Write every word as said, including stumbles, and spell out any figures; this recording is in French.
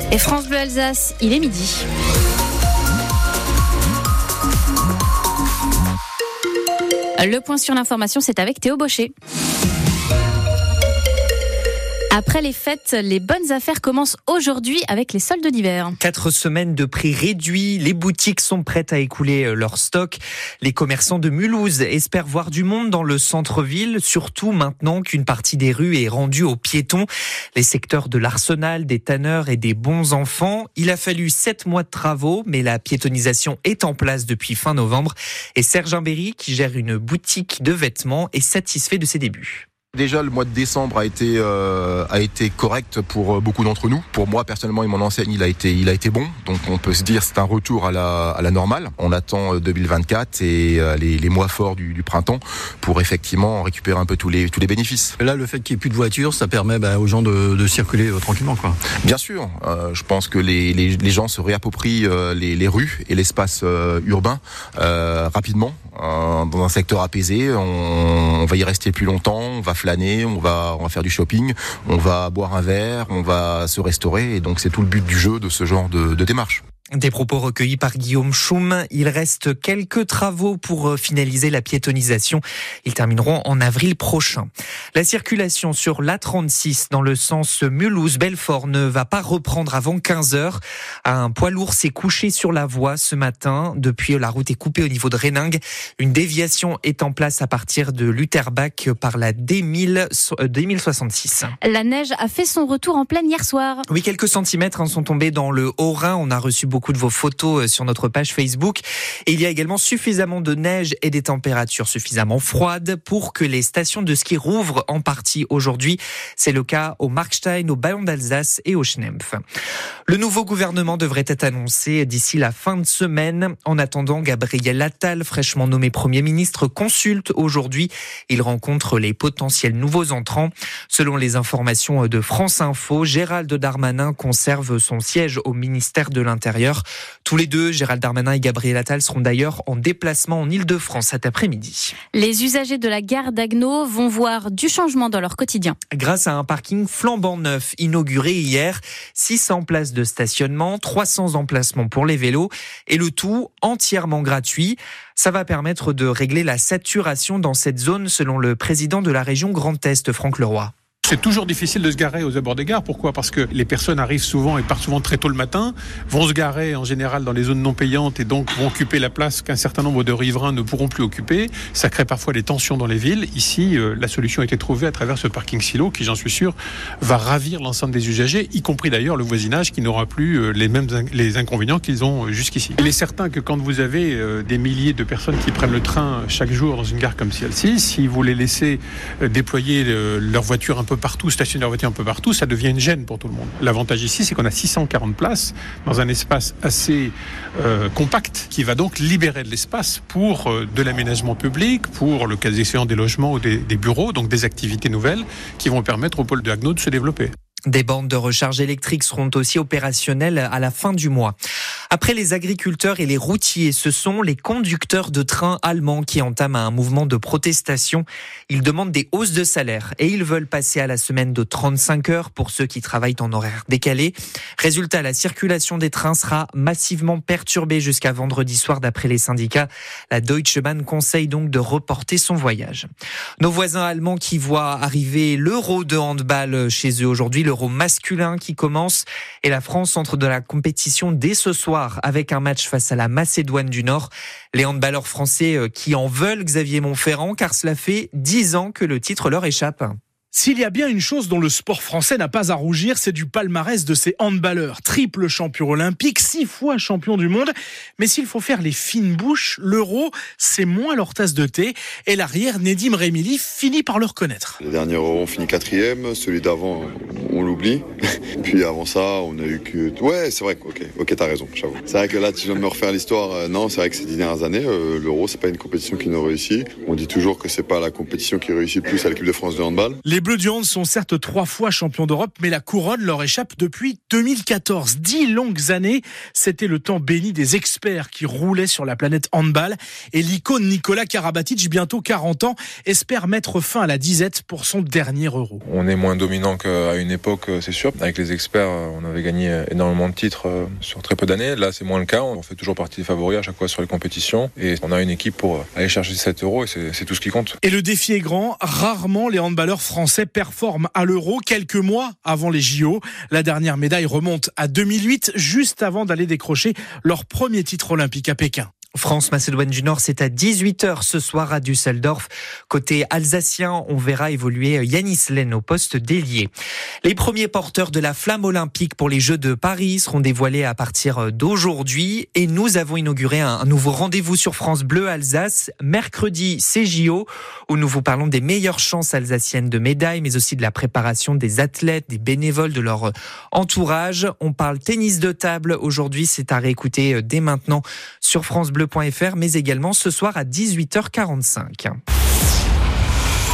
Et France Bleu Alsace, il est midi. Le point sur l'information, c'est avec Théo Baucher. Après les fêtes, les bonnes affaires commencent aujourd'hui avec les soldes d'hiver. Quatre semaines de prix réduits, les boutiques sont prêtes à écouler leur stock. Les commerçants de Mulhouse espèrent voir du monde dans le centre-ville, surtout maintenant qu'une partie des rues est rendue aux piétons. Les secteurs de l'Arsenal, des tanneurs et des bons enfants. Il a fallu sept mois de travaux, mais la piétonisation est en place depuis fin novembre. Et Serge Imbéry, qui gère une boutique de vêtements, est satisfait de ses débuts. Déjà, le mois de décembre a été euh, a été correct pour beaucoup d'entre nous. Pour moi, personnellement, et mon enseigne, il a été il a été bon. Donc, on peut se dire c'est un retour à la à la normale. On attend deux mille vingt-quatre et euh, les, les mois forts du, du printemps pour effectivement récupérer un peu tous les tous les bénéfices. Là, le fait qu'il n'y ait plus de voitures, ça permet bah, aux gens de, de circuler euh, tranquillement, quoi. Bien sûr. Euh, je pense que les, les les gens se réapproprient euh, les les rues et l'espace euh, urbain euh, rapidement. Euh, dans un secteur apaisé, on, on va y rester plus longtemps, on va flâner, on va, on va faire du shopping, on va boire un verre, on va se restaurer, et donc c'est tout le but du jeu de ce genre de, de démarche. Des propos recueillis par Guillaume Schum. Il reste quelques travaux pour finaliser la piétonisation. Ils termineront en avril prochain. La circulation sur l'A trente-six dans le sens Mulhouse-Belfort ne va pas reprendre avant quinze heures. Un poids lourd s'est couché sur la voie ce matin. Depuis, la route est coupée au niveau de Réningue. Une déviation est en place à partir de Lutterbach par la D mille soixante-six. La neige a fait son retour en pleine hier soir. Oui, quelques centimètres sont tombés dans le Haut-Rhin. On a reçu beaucoup beaucoup de vos photos sur notre page Facebook. Et il y a également suffisamment de neige et des températures suffisamment froides pour que les stations de ski rouvrent en partie aujourd'hui. C'est le cas au Markstein, au Ballon d'Alsace et au Schnempf. Le nouveau gouvernement devrait être annoncé d'ici la fin de semaine. En attendant, Gabriel Attal, fraîchement nommé Premier ministre, consulte aujourd'hui. Il rencontre les potentiels nouveaux entrants. Selon les informations de France Info, Gérald Darmanin conserve son siège au ministère de l'Intérieur. Tous les deux, Gérald Darmanin et Gabriel Attal, seront d'ailleurs en déplacement en Ile-de-France cet après-midi. Les usagers de la gare d'Agneau vont voir du changement dans leur quotidien. Grâce à un parking flambant neuf inauguré hier, six cents places de stationnement, trois cents emplacements pour les vélos et le tout entièrement gratuit. Ça va permettre de régler la saturation dans cette zone selon le président de la région Grand Est, Franck Leroy. C'est toujours difficile de se garer aux abords des gares. Pourquoi ? Parce que les personnes arrivent souvent et partent souvent très tôt le matin, vont se garer en général dans les zones non payantes et donc vont occuper la place qu'un certain nombre de riverains ne pourront plus occuper. Ça crée parfois des tensions dans les villes. Ici, euh, la solution a été trouvée à travers ce parking silo qui, j'en suis sûr, va ravir l'ensemble des usagers, y compris d'ailleurs le voisinage qui n'aura plus euh, les mêmes in- les inconvénients qu'ils ont jusqu'ici. Il est certain que quand vous avez euh, des milliers de personnes qui prennent le train chaque jour dans une gare comme celle-ci, si vous les laissez euh, déployer euh, leur voiture un peu partout, stationner leur voiture un peu partout, ça devient une gêne pour tout le monde. L'avantage ici, c'est qu'on a six cent quarante places dans un espace assez euh, compact qui va donc libérer de l'espace pour euh, de l'aménagement public, pour le cas échéant des logements ou des, des bureaux, donc des activités nouvelles qui vont permettre au pôle de Agneau de se développer. Des bandes de recharge électrique seront aussi opérationnelles à la fin du mois. Après les agriculteurs et les routiers, ce sont les conducteurs de trains allemands qui entament un mouvement de protestation. Ils demandent des hausses de salaire et ils veulent passer à la semaine de trente-cinq heures pour ceux qui travaillent en horaire décalé. Résultat, la circulation des trains sera massivement perturbée jusqu'à vendredi soir d'après les syndicats. La Deutsche Bahn conseille donc de reporter son voyage. Nos voisins allemands qui voient arriver l'Euro de handball chez eux aujourd'hui, l'Euro masculin qui commence et la France entre de la compétition dès ce soir avec un match face à la Macédoine du Nord. Les handballeurs français qui en veulent Xavier Montferrand car cela fait dix ans que le titre leur échappe. S'il y a bien une chose dont le sport français n'a pas à rougir, c'est du palmarès de ses handballeurs. Triple champion olympique, six fois champion du monde. Mais s'il faut faire les fines bouches, l'Euro, c'est moins leur tasse de thé. Et l'arrière, Nedim Remili, finit par le reconnaître. Le dernier Euro, on finit quatrième. Celui d'avant, on l'oublie. Puis avant ça, on a eu que... Ouais, c'est vrai, ok, ok, t'as raison, j'avoue. C'est vrai que là, tu viens de me refaire l'histoire. Euh, non, c'est vrai que ces dix dernières années, euh, l'Euro, c'est pas une compétition qui nous réussit. On dit toujours que c'est pas la compétition qui réussit plus à l'équipe de France de handball. Les Bleus du hand sont certes trois fois champions d'Europe, mais la couronne leur échappe depuis deux mille quatorze. Dix longues années, c'était le temps béni des experts qui roulaient sur la planète handball. Et l'icône Nicolas Karabatic, bientôt quarante ans, espère mettre fin à la disette pour son dernier Euro. On est moins dominant qu'à une époque, c'est sûr. Avec les experts, on avait gagné énormément de titres sur très peu d'années. Là, c'est moins le cas. On fait toujours partie des favoris à chaque fois sur les compétitions. Et on a une équipe pour aller chercher sept euros et c'est, c'est tout ce qui compte. Et le défi est grand. Rarement les handballeurs français performent à l'Euro quelques mois avant les J O. La dernière médaille remonte à deux mille huit, juste avant d'aller décrocher leur premier titre olympique à Pékin. France-Macédoine du Nord, c'est à dix-huit heures ce soir à Düsseldorf. Côté alsacien, on verra évoluer Yanis Len au poste d'ailier. Les premiers porteurs de la flamme olympique pour les Jeux de Paris seront dévoilés à partir d'aujourd'hui. Et nous avons inauguré un nouveau rendez-vous sur France Bleu Alsace. Mercredi, c'est J O, où nous vous parlons des meilleures chances alsaciennes de médailles, mais aussi de la préparation des athlètes, des bénévoles, de leur entourage. On parle tennis de table. Aujourd'hui, c'est à réécouter dès maintenant sur francebleu point f r, mais également ce soir à dix-huit heures quarante-cinq.